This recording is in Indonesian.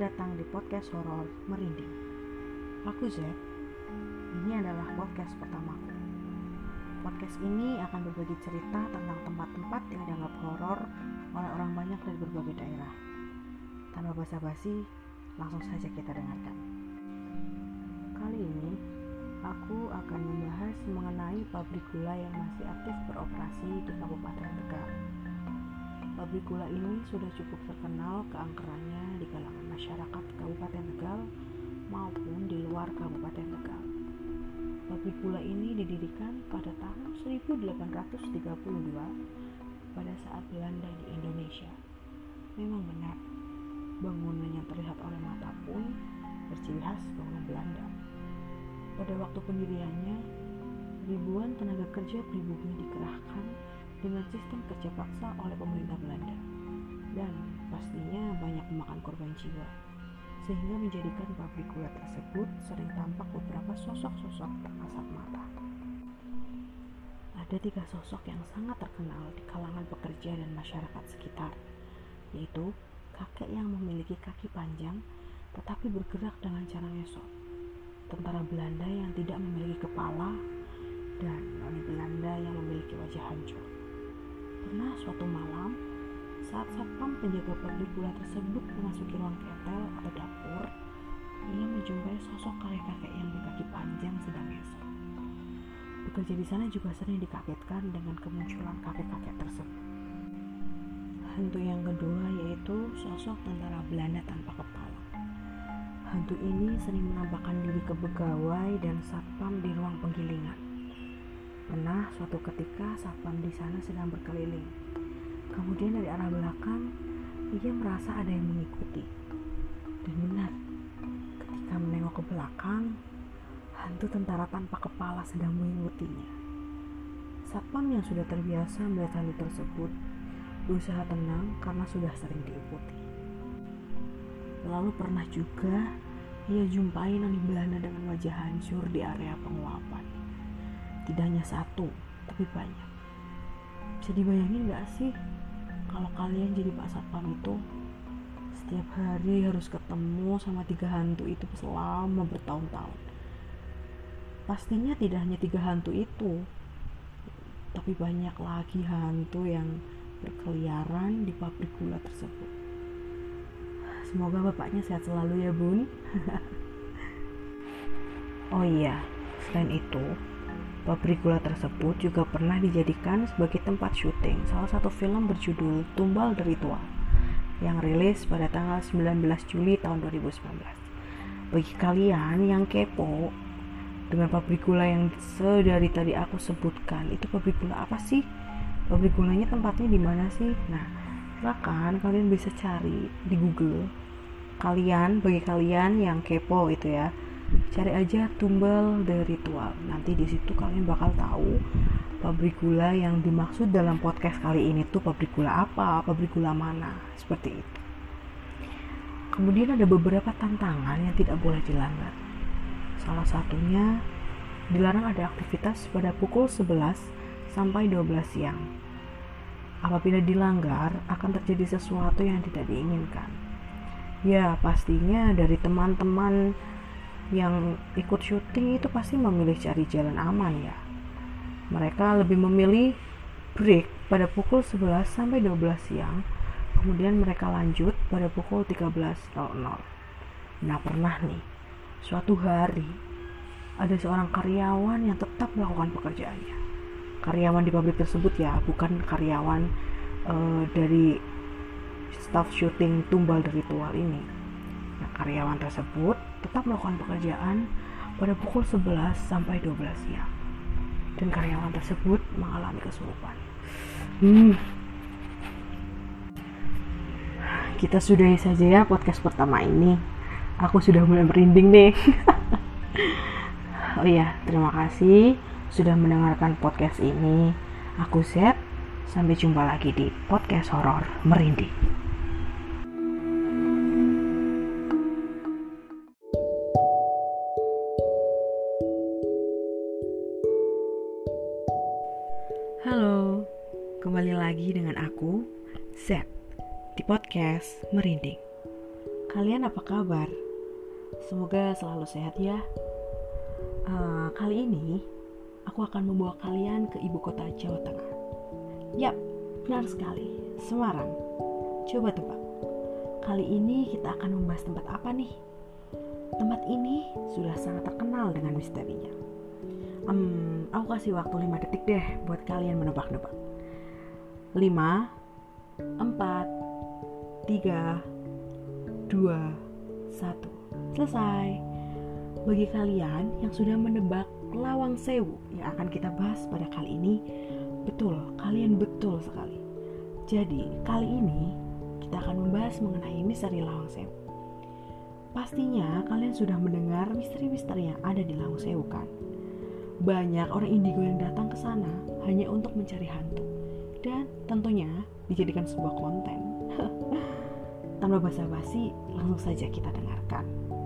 datang di podcast horor merinding. Aku Z. Ini adalah podcast pertamaku. Podcast ini akan berbagi cerita tentang tempat-tempat yang dianggap horor oleh orang banyak dari berbagai daerah. Tanpa basa-basi, langsung saja kita dengarkan. Kali ini, aku akan membahas mengenai pabrik gula yang masih aktif beroperasi di Kabupaten Tegal. Pabrik gula ini sudah cukup terkenal keangkerannya di kalangan masyarakat Kabupaten Tegal maupun di luar Kabupaten Tegal. Pabrik gula ini didirikan pada tahun 1832 pada saat Belanda di Indonesia. Memang benar, bangunan yang terlihat oleh mata pun berciri khas bangunan Belanda. Pada waktu pendiriannya, ribuan tenaga kerja pribumi dikerahkan dengan sistem kerja paksa oleh pemerintah Belanda, dan pastinya banyak memakan korban jiwa, sehingga menjadikan pabrik gula tersebut sering tampak beberapa sosok-sosok tak kasat mata. Ada 3 sosok yang sangat terkenal di kalangan pekerja dan masyarakat sekitar, yaitu kakek yang memiliki kaki panjang tetapi bergerak dengan cara ngesot, tentara Belanda yang tidak memiliki kepala, dan noni Belanda yang memiliki wajah hancur. Pernah suatu malam, saat satpam penjaga pabrik gula tersebut memasuki ruang ketel atau dapur, ia menjumpai sosok kakek-kakek yang berkaki panjang sedang ngesot. Bekerja di sana juga sering dikagetkan dengan kemunculan kakek-kakek tersebut. Hantu yang kedua yaitu sosok tentara Belanda tanpa kepala. Hantu ini sering menampakkan diri ke pegawai dan satpam di ruang penggilingan. Pernah suatu ketika satpam di sana sedang berkeliling. Kemudian dari arah belakang, ia merasa ada yang mengikuti. Dan benar, ketika menengok ke belakang, hantu tentara tanpa kepala sedang mengikutinya. Satpam yang sudah terbiasa melihat hantu tersebut berusaha tenang karena sudah sering diikuti. Lalu pernah juga ia jumpai noni Belanda dengan wajah hancur di area penguapan. Tidak hanya satu, tapi banyak. Bisa dibayangin gak sih kalau kalian jadi Pak Satpam itu setiap hari harus ketemu sama 3 hantu itu selama bertahun-tahun. Pastinya tidak hanya 3 hantu itu, tapi banyak lagi hantu yang berkeliaran di pabrik gula tersebut. Semoga bapaknya sehat selalu ya bun. Oh iya, selain itu, pabrik gula tersebut juga pernah dijadikan sebagai tempat syuting salah satu film berjudul Tumbal The Ritual yang rilis pada tanggal 19 Juli tahun 2019. Bagi kalian yang kepo dengan pabrik gula yang sedari tadi aku sebutkan, itu pabrik gula apa sih? Pabrik gulanya tempatnya di mana sih? Nah, silakan kalian bisa cari di Google. Bagi kalian yang kepo itu ya, cari aja Tumbal The Ritual. Nanti di situ kalian bakal tahu pabrik gula yang dimaksud dalam podcast kali ini tuh pabrik gula apa, pabrik gula mana, seperti itu. Kemudian ada beberapa tantangan yang tidak boleh dilanggar. Salah satunya, dilarang ada aktivitas pada pukul 11 sampai 12 siang. Apabila dilanggar, akan terjadi sesuatu yang tidak diinginkan. Ya, pastinya dari teman-teman yang ikut syuting itu pasti memilih cari jalan aman ya. Mereka lebih memilih break pada pukul 11 sampai 12 siang, kemudian mereka lanjut pada pukul 13.00. Nah, pernah nih, suatu hari ada seorang karyawan yang tetap melakukan pekerjaannya. Karyawan di pabrik tersebut ya, bukan karyawan dari staff syuting Tumbal The Ritual ini. Nah, karyawan tersebut tetap melakukan pekerjaan pada pukul 11 sampai 12 siang. Dan karyawan tersebut mengalami kesurupan. Kita sudahi saja ya podcast pertama ini. Aku sudah mulai merinding nih. Oh iya, terima kasih sudah mendengarkan podcast ini. Aku Z. Sampai jumpa lagi di podcast horor merinding. Halo, kembali lagi dengan aku, Z, di podcast Merinding. Kalian apa kabar? Semoga selalu sehat ya. Kali ini aku akan membawa kalian ke ibu kota Jawa Tengah. Yap, benar sekali, Semarang. Coba tebak, kali ini kita akan membahas tempat apa nih? Tempat ini sudah sangat terkenal dengan misterinya. Aku kasih waktu 5 detik deh buat kalian menebak-nebak. 5, 4, 3, 2, 1. Selesai. Bagi kalian yang sudah menebak Lawang Sewu yang akan kita bahas pada kali ini, betul, kalian betul sekali. Jadi, kali ini kita akan membahas mengenai misteri Lawang Sewu. Pastinya kalian sudah mendengar misteri-misteri yang ada di Lawang Sewu kan? Banyak orang indigo yang datang ke sana hanya untuk mencari hantu dan tentunya dijadikan sebuah konten. Tanpa basa-basi, langsung saja kita dengarkan.